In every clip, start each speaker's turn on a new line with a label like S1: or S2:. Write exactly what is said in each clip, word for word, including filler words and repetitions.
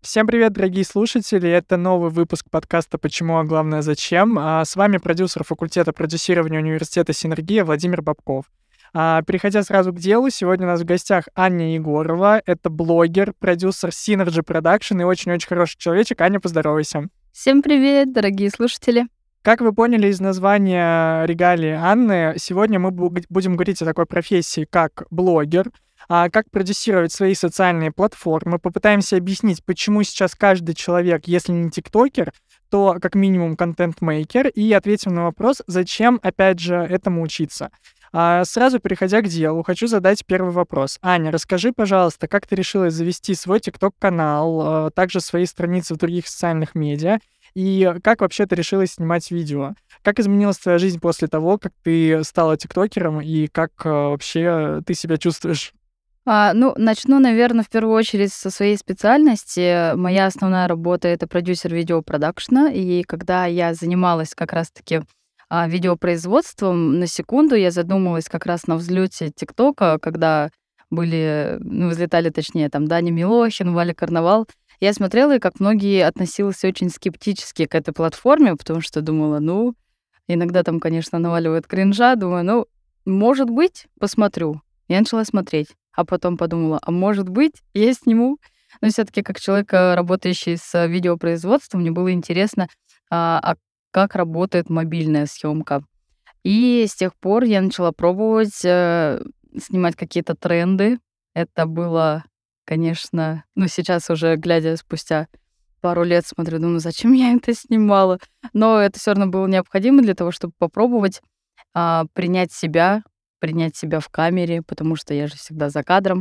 S1: Всем привет, дорогие слушатели! Это новый выпуск подкаста «Почему, а главное, зачем?». А с вами продюсер факультета продюсирования университета «Синергия» Владимир Бобков. А, переходя сразу к делу, сегодня у нас в гостях Аня Егорова. Это блогер, продюсер Synergy Production и очень-очень хороший человечек. Аня, поздоровайся.
S2: Всем привет, дорогие слушатели!
S1: Как вы поняли из названия регалии Анны, сегодня мы бу- будем говорить о такой профессии, как блогер, а, как продюсировать свои социальные платформы, попытаемся объяснить, почему сейчас каждый человек, если не тиктокер, то как минимум контент-мейкер, и ответим на вопрос, зачем, опять же, этому учиться. А, Сразу переходя к делу, хочу задать первый вопрос. Аня, расскажи, пожалуйста, как ты решила завести свой тикток-канал, а также свои страницы в других социальных медиа, и как вообще ты решила снимать видео? Как изменилась твоя жизнь после того, как ты стала тиктокером, и как а, вообще ты себя чувствуешь?
S2: А, ну, начну, наверное, в первую очередь со своей специальности. Моя основная работа — это продюсер видеопродакшна, и когда я занималась как раз-таки а, видеопроизводством, на секунду я задумалась как раз на взлете ТикТока, когда были, ну, взлетали, точнее, там Даня Милохин, Валя Карнавал. Я смотрела, и как многие относились очень скептически к этой платформе, потому что думала, ну, иногда там, конечно, наваливают кринжа, думаю, ну, может быть, посмотрю. Я начала смотреть, а потом подумала, а может быть, я сниму. Но все таки как человек, э, работающий с видеопроизводством, мне было интересно, а, а как работает мобильная съемка. И с тех пор я начала пробовать, э, снимать какие-то тренды. Это было, конечно, ну, сейчас уже, глядя спустя пару лет, смотрю, думаю, зачем я это снимала? Но это все равно было необходимо для того, чтобы попробовать, а, принять себя, принять себя в камере, потому что я же всегда за кадром.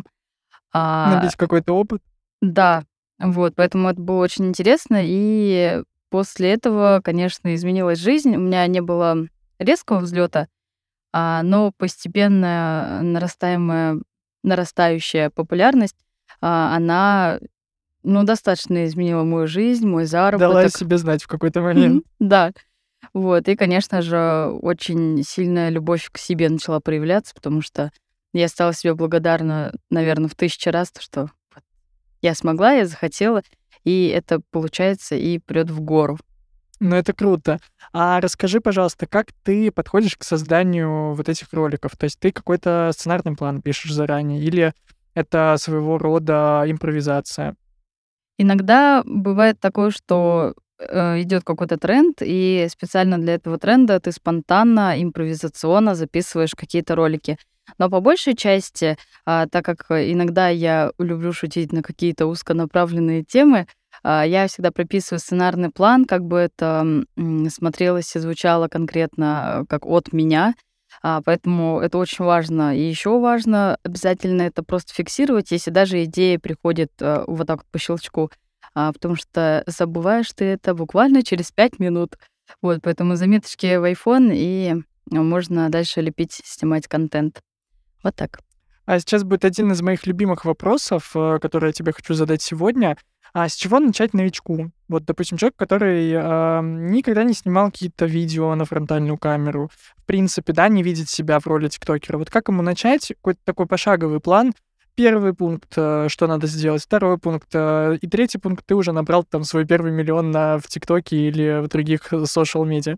S2: А,
S1: Набить какой-то опыт?
S2: да, вот, поэтому это было очень интересно. И после этого, конечно, изменилась жизнь. У меня не было резкого взлета, а, но постепенно нарастаемая нарастающая популярность, а, она, ну, достаточно изменила мою жизнь, мой
S1: Дала о
S2: заработок.
S1: себе знать в какой-то
S2: Мгм.
S1: момент.
S2: Да. Вот. И, конечно же, очень сильная любовь к себе начала проявляться, потому что я стала себе благодарна, наверное, в тысячу раз, то, что вот я смогла, я захотела, и это получается и прет в гору.
S1: Ну, это круто. А расскажи, пожалуйста, как ты подходишь к созданию вот этих роликов? То есть ты какой-то сценарный план пишешь заранее или это своего рода импровизация?
S2: Иногда бывает такое, что э, идет какой-то тренд, и специально для этого тренда ты спонтанно, импровизационно записываешь какие-то ролики. Но по большей части, а, так как э, иногда я люблю шутить на какие-то узконаправленные темы, а, я всегда прописываю сценарный план, как бы это м, смотрелось и звучало конкретно э, как от меня. А, поэтому это очень важно. И еще важно обязательно это просто фиксировать, если даже идея приходит э, вот так вот по щелчку. А, потому что забываешь ты это буквально через пять минут. Вот, поэтому заметочки в iPhone, и э, можно дальше лепить, снимать контент. Вот так.
S1: А сейчас будет один из моих любимых вопросов, э, который я тебе хочу задать сегодня. А с чего начать новичку? Вот, допустим, человек, который а, никогда не снимал какие-то видео на фронтальную камеру, в принципе, да, не видит себя в роли тиктокера. Вот как ему начать? Какой-то такой пошаговый план. Первый пункт, э, что надо сделать, второй пункт, э, и третий пункт, ты уже набрал там свой первый миллион на, в ТикТоке или в других социал-медиа.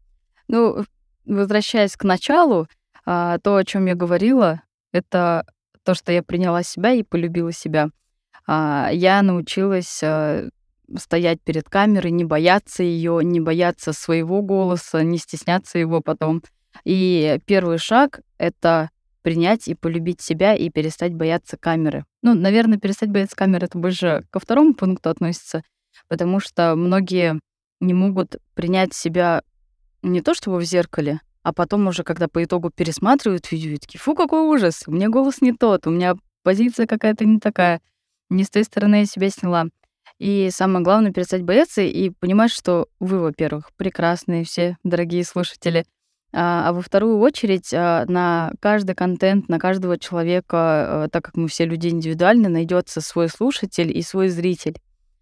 S2: Ну, возвращаясь к началу, а, то, о чем я говорила, это то, что я приняла себя и полюбила себя. А, я научилась, э, стоять перед камерой, не бояться ее, не бояться своего голоса, не стесняться его потом. И первый шаг — это принять и полюбить себя и перестать бояться камеры. Ну, наверное, перестать бояться камеры — это больше ко второму пункту относится, потому что многие не могут принять себя не то чтобы в зеркале, а потом уже, когда по итогу пересматривают видео, и такие: «Фу, какой ужас! У меня голос не тот, у меня позиция какая-то не такая, не с той стороны я себя сняла». И самое главное — перестать бояться и понимать, что вы, во-первых, прекрасные все, дорогие слушатели, а, а во вторую очередь, а, на каждый контент, на каждого человека, э, так как мы все люди индивидуальны, найдется свой слушатель и свой зритель.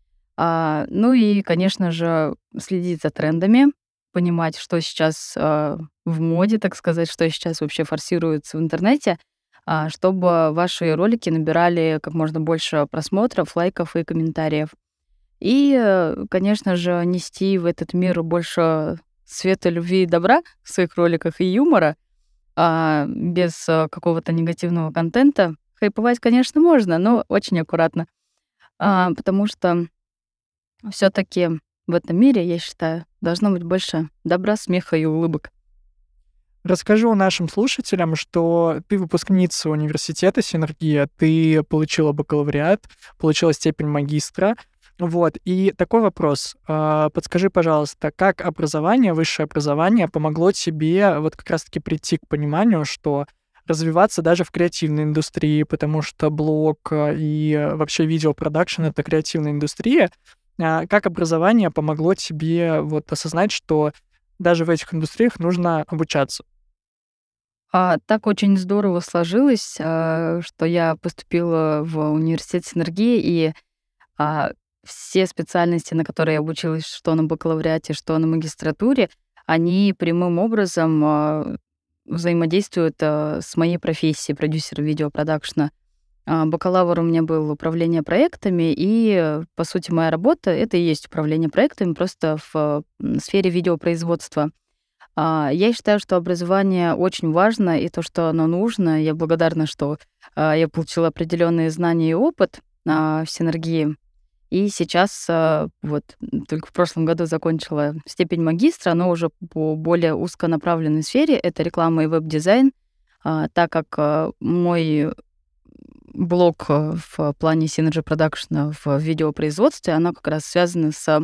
S2: А, ну и, конечно же, следить за трендами, понимать, что сейчас, а, в моде, так сказать, что сейчас вообще форсируется в интернете, а, чтобы ваши ролики набирали как можно больше просмотров, лайков и комментариев. И, э, конечно же, нести в этот мир больше света, любви и добра в своих роликах и юмора, а, без э, какого-то негативного контента. Хайповать, конечно, можно, но очень аккуратно. А, потому что все таки в этом мире, я считаю, должно быть больше добра, смеха и улыбок.
S1: Расскажу нашим слушателям, что ты выпускница университета «Синергия», ты получила бакалавриат, получила степень магистра. Вот, и такой вопрос. А, Подскажи, пожалуйста, как образование, высшее образование помогло тебе вот как раз-таки прийти к пониманию, что развиваться даже в креативной индустрии, потому что блог а, и а, вообще видеопродакшн — это креативная индустрия. А, Как образование помогло тебе вот осознать, что даже в этих индустриях нужно обучаться?
S2: А, так очень здорово сложилось, а, что я поступила в университет "Синергия", и, а, все специальности, на которые я обучилась, что на бакалавриате, что на магистратуре, они прямым образом, а, взаимодействуют, а, с моей профессией продюсера видеопродакшна. А, бакалавр у меня был управление проектами, и, э, по сути, моя работа — это и есть управление проектами, просто в, м, сфере видеопроизводства. А, я считаю, что образование очень важно, и то, что оно нужно. Я благодарна, что, а, я получила определенные знания и опыт, а, в "Синергии". И сейчас, а, вот, м, только в прошлом году закончила степень магистра, но уже по более узконаправленной сфере — это реклама и веб-дизайн. А, так как, а, мой блог, а, в плане Synergy продакшна в видеопроизводстве, оно как раз связано с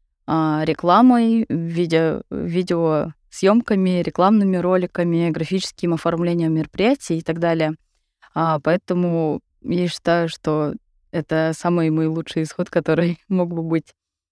S2: а, рекламой, видео видеосъемками, рекламными роликами, графическим оформлением мероприятий и так далее. А, поэтому я считаю, что это самый мой лучший исход, который мог бы быть.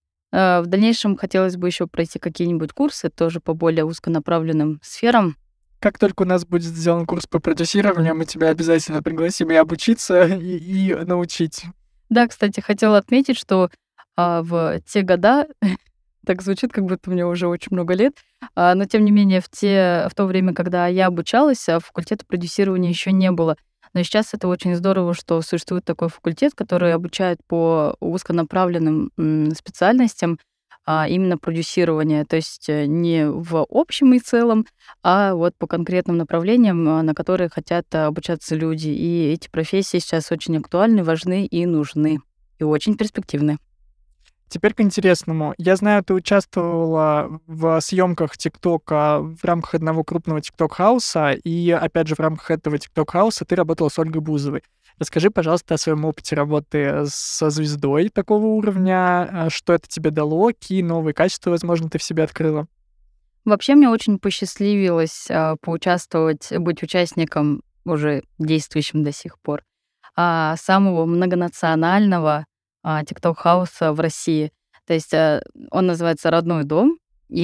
S2: А, в дальнейшем хотелось бы еще пройти какие-нибудь курсы, тоже по более узконаправленным сферам.
S1: Как только у нас будет сделан курс по продюсированию, мы тебя обязательно пригласим и обучиться, и, и научить.
S2: Да, кстати, хотела отметить, что, а, в те года так звучит, как будто мне уже очень много лет, а, но тем не менее в те в то время, когда я обучалась, а, факультета продюсирования еще не было. Но сейчас это очень здорово, что существует такой факультет, который обучает по узконаправленным, м, специальностям, а, именно продюсирование. То есть, э, не в общем и целом, а вот по конкретным направлениям, а, на которые хотят а, обучаться люди. И эти профессии сейчас очень актуальны, важны и нужны, и очень перспективны.
S1: Теперь к интересному. Я знаю, ты участвовала в съемках ТикТока в рамках одного крупного ТикТок-хауса, и, опять же, в рамках этого ТикТок-хауса ты работала с Ольгой Бузовой. Расскажи, пожалуйста, о своем опыте работы со звездой такого уровня, а, что это тебе дало, какие новые качества, возможно, ты в себе открыла.
S2: Вообще, мне очень посчастливилось, а, поучаствовать, быть участником, уже действующим до сих пор, а, самого многонационального, а, "Тикток-хауса" в России. То есть, а, он называется "Родной дом",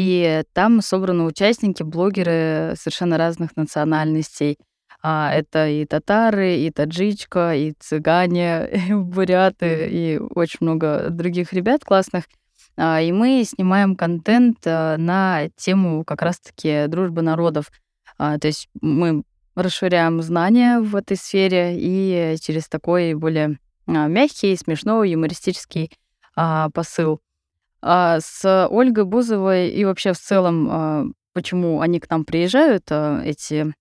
S2: и там собраны участники, блогеры совершенно разных национальностей. А, это и татары, и таджичка, и цыгане, и буряты, и очень много других ребят классных. А, и мы снимаем контент, а, на тему как раз-таки дружбы народов. А, то есть мы расширяем знания в этой сфере и через такой более, а, мягкий, смешной, юмористический, а, посыл. А, с Ольгой Бузовой и вообще в целом, а, почему они к нам приезжают, а, эти,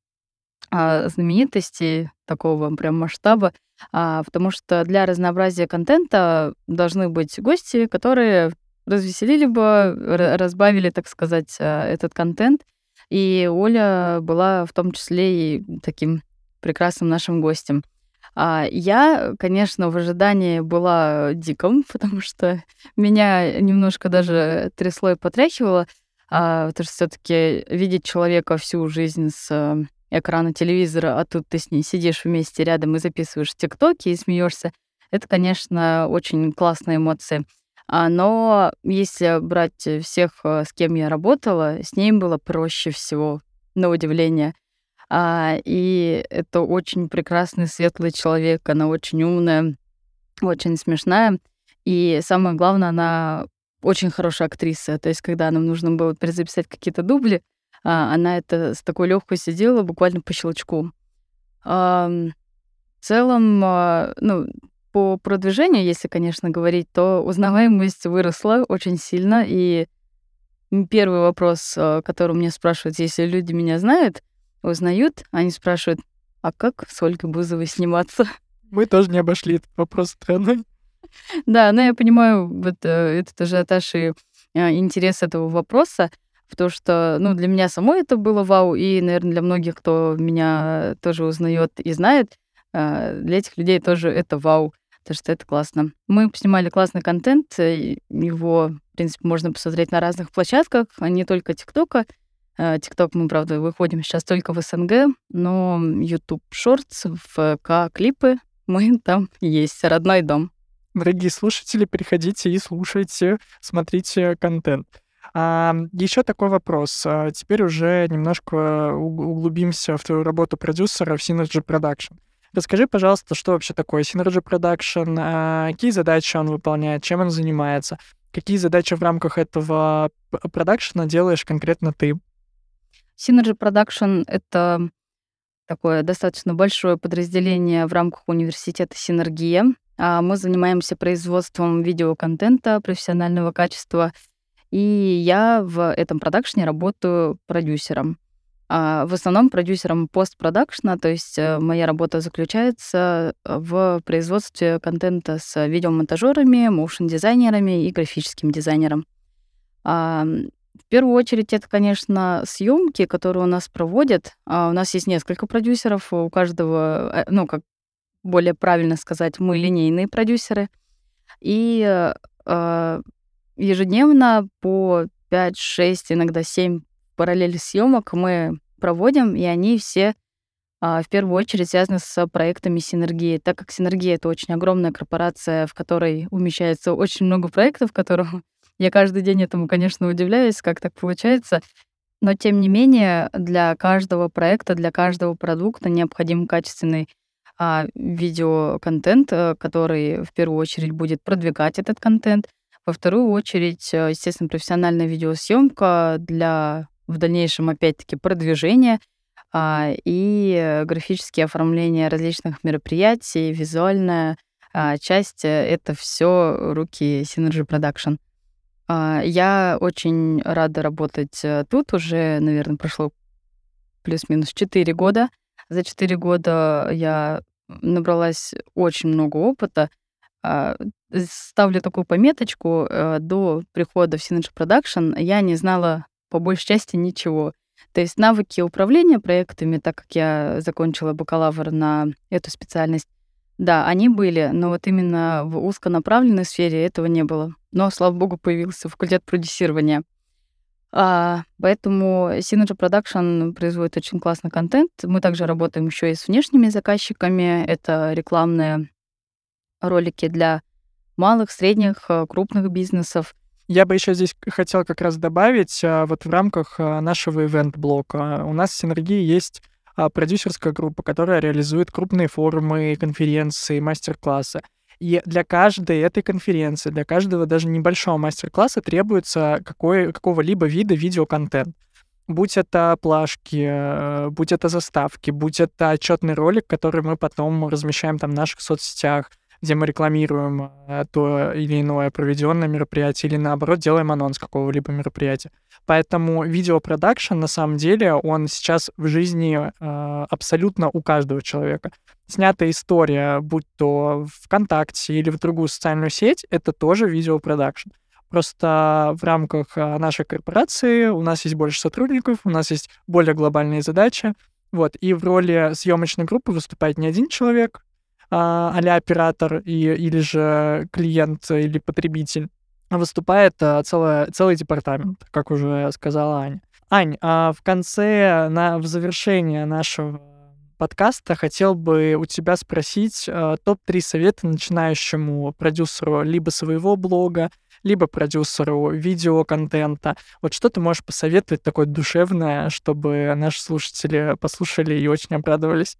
S2: а, знаменитости такого прям масштаба, а, потому что для разнообразия контента должны быть гости, которые развеселили бы, ра разбавили, так сказать, а, этот контент. И Оля была в том числе и таким прекрасным нашим гостем. А, я, конечно, в ожидании была диком, потому что меня немножко даже трясло и потряхивало, а, потому что все таки видеть человека всю жизнь с э, экрана телевизора, а тут ты с ней сидишь вместе рядом и записываешь тиктоки и смеешься. Это, конечно, очень классные эмоции. А, но если брать э, всех, э, с кем я работала, с ней было проще всего, на удивление. А, и это очень прекрасный, светлый человек. Она очень умная, очень смешная. И самое главное, она очень хорошая актриса. То есть, когда нам нужно было перезаписать какие-то дубли, а, она это с такой легкостью делала буквально по щелчку. Ам, в целом, а, ну, по продвижению, если, конечно, говорить, то узнаваемость выросла очень сильно. И первый вопрос, э, который меня спрашивают, если люди меня знают, узнают, они спрашивают: «А как с Ольгой Бузовой сниматься?»
S1: Мы тоже не обошли этот вопрос стороной.
S2: Да, но я понимаю вот э, этот ажиотаж и э, интерес этого вопроса, потому что, ну, для меня самой это было вау, и, наверное, для многих, кто меня тоже узнает и знает, э, для этих людей тоже это вау, потому что это классно. Мы снимали классный контент, э, его, в принципе, можно посмотреть на разных площадках, а не только ТикТока. Э, ТикТок мы, правда, выходим сейчас только в СНГ, но YouTube Shorts, ВК клипы, мы там есть, родной дом.
S1: Дорогие слушатели, переходите и слушайте, смотрите контент. А, еще такой вопрос. А, теперь уже немножко уг- углубимся в твою работу продюсера в Synergy Production. Расскажи, пожалуйста, что вообще такое Synergy Production, а, какие задачи он выполняет, чем он занимается, какие задачи в рамках этого п- продакшена делаешь конкретно ты.
S2: Synergy Production — это такое достаточно большое подразделение в рамках университета «Синергия». А, Мы занимаемся производством видеоконтента профессионального качества, и я в этом продакшне работаю продюсером. А, В основном продюсером постпродакшна, то есть э, моя работа заключается в производстве контента с видеомонтажерами, моушн-дизайнерами и графическим дизайнером. А, В первую очередь это, конечно, съемки, которые у нас проводят. А, У нас есть несколько продюсеров, у каждого, э, ну, как более правильно сказать, мы линейные продюсеры. И э, а, ежедневно по пять-шесть, иногда семь параллели съемок мы проводим, и они все а, в первую очередь связаны с проектами Синергии. Так как Синергия — это очень огромная корпорация, в которой умещается очень много проектов, которым я каждый день этому, конечно, удивляюсь, как так получается. Но тем не менее, для каждого проекта, для каждого продукта необходим качественный а, видеоконтент, э, который в первую очередь будет продвигать этот контент. Во вторую очередь, э, естественно, профессиональная видеосъемка для в дальнейшем, опять-таки, продвижения а, и э, графические оформления различных мероприятий, визуальная а, часть — э, это все руки Synergy Production. А, Я очень рада работать э, тут. Уже, наверное, прошло плюс-минус четыре года. За четыре года я набралась очень много опыта. А, Ставлю такую пометочку: э, до прихода в Synergy Production я не знала по большей части ничего. То есть навыки управления проектами, так как я закончила бакалавр на эту специальность, да, они были, но вот именно в узконаправленной сфере этого не было. Но, слава богу, появился факультет продюсирования. А, поэтому Synergy Production производит очень классный контент. Мы также работаем еще и с внешними заказчиками. Это рекламные ролики для малых, средних, э, крупных бизнесов.
S1: Я бы еще здесь к- хотел как раз добавить, а, вот в рамках а, нашего ивент-блока у нас в Синергии есть а, продюсерская группа, которая реализует крупные форумы, конференции, мастер-классы. И для каждой этой конференции, для каждого даже небольшого мастер-класса требуется какой, какого-либо вида видеоконтент. Будь это плашки, э, будь это заставки, будь это отчетный ролик, который мы потом размещаем там в наших соцсетях, где мы рекламируем э, то или иное проведенное мероприятие, или наоборот делаем анонс какого-либо мероприятия. Поэтому видеопродакшн на самом деле он сейчас в жизни э, абсолютно у каждого человека. Снятая история, будь то ВКонтакте или в другую социальную сеть, это тоже видеопродакшн. Просто в рамках а, нашей корпорации у нас есть больше сотрудников, у нас есть более глобальные задачи. Вот, и в роли съемочной группы выступает не один человек, а, а-ля оператор и, или же клиент или потребитель, а выступает а, целая, целый департамент, как уже сказала Аня. Ань, а в конце, на, в завершение нашего подкаста хотел бы у тебя спросить а, топ три совета начинающему продюсеру либо своего блога, либо продюсеру видеоконтента. Вот что ты можешь посоветовать такое душевное, чтобы наши слушатели послушали и очень обрадовались?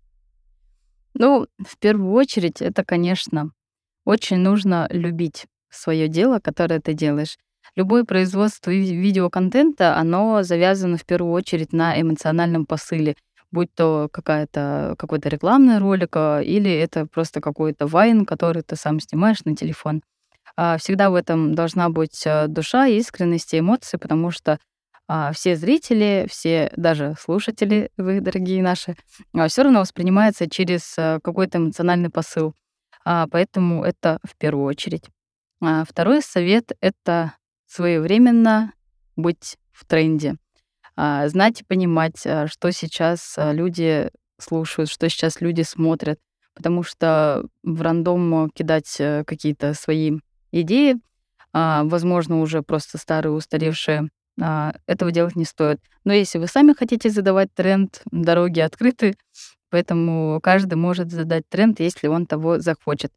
S2: Ну, в первую очередь, это, конечно, очень нужно любить свое дело, которое ты делаешь. Любое производство ви- видеоконтента, оно завязано в первую очередь на эмоциональном посыле. будь то какая-то какой-то рекламный ролик, а, или это просто какой-то вайн, который ты сам снимаешь на телефон. А, всегда в этом должна быть, а, душа, искренность и эмоции, потому что, а, все зрители, все даже слушатели, вы, дорогие наши, а, всё равно воспринимается через, а, какой-то эмоциональный посыл. А, поэтому это в первую очередь. А, второй совет — это своевременно быть в тренде. А, знать и понимать, а, что сейчас, а, люди слушают, что сейчас люди смотрят. Потому что в рандом кидать, э, какие-то свои идеи, а, возможно, уже просто старые, устаревшие, а, этого делать не стоит. Но если вы сами хотите задавать тренд, дороги открыты, поэтому каждый может задать тренд, если он того захочет.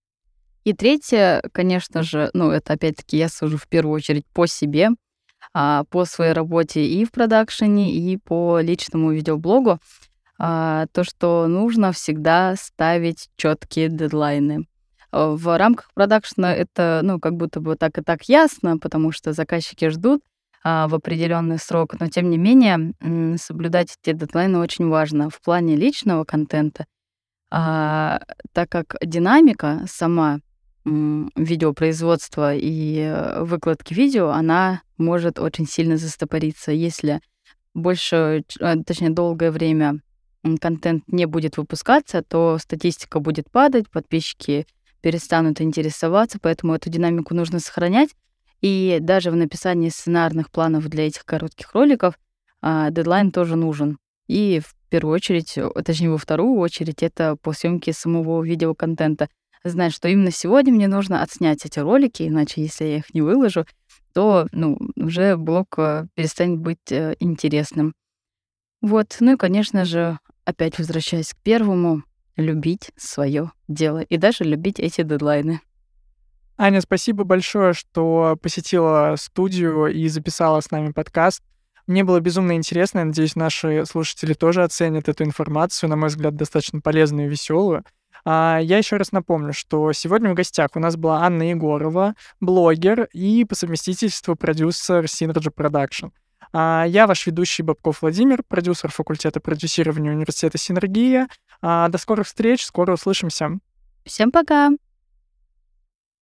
S2: И третье, конечно же, ну, это опять-таки я сужу в первую очередь по себе, а, по своей работе и в продакшене, и по личному видеоблогу, а, то, что нужно всегда ставить чёткие дедлайны. А, в рамках продакшена это, ну, как будто бы так и так ясно, потому что заказчики ждут, а, в определённый срок, но тем не менее, м, соблюдать эти дедлайны очень важно. В плане личного контента, а, так как динамика сама, м, видеопроизводства и, э, выкладки видео, она может очень сильно застопориться. Если больше, ч а, точнее, долгое время, м, контент не будет выпускаться, то статистика будет падать, подписчики перестанут интересоваться, поэтому эту динамику нужно сохранять. И даже в написании сценарных планов для этих коротких роликов, а, дедлайн тоже нужен. И в первую очередь, о точнее, во вторую очередь, это по съёмке самого видеоконтента. Знать, что именно сегодня мне нужно отснять эти ролики, иначе, если я их не выложу, то, ну, уже блог, а, перестанет быть, э, интересным. Вот. Ну и, конечно же, опять возвращаясь к первому, любить своё дело и даже любить эти дедлайны.
S1: Аня, спасибо большое, что посетила студию и записала с нами подкаст. Мне было безумно интересно. Я надеюсь, наши слушатели тоже оценят эту информацию, на мой взгляд, достаточно полезную и весёлую. А, я ещё раз напомню, что сегодня в гостях у нас была Анна Егорова, блогер и по совместительству продюсер Synergy Production. А, я ваш ведущий Бобков Владимир, продюсер факультета продюсирования университета Синергия. А, до скорых встреч, скоро услышимся.
S2: Всем пока!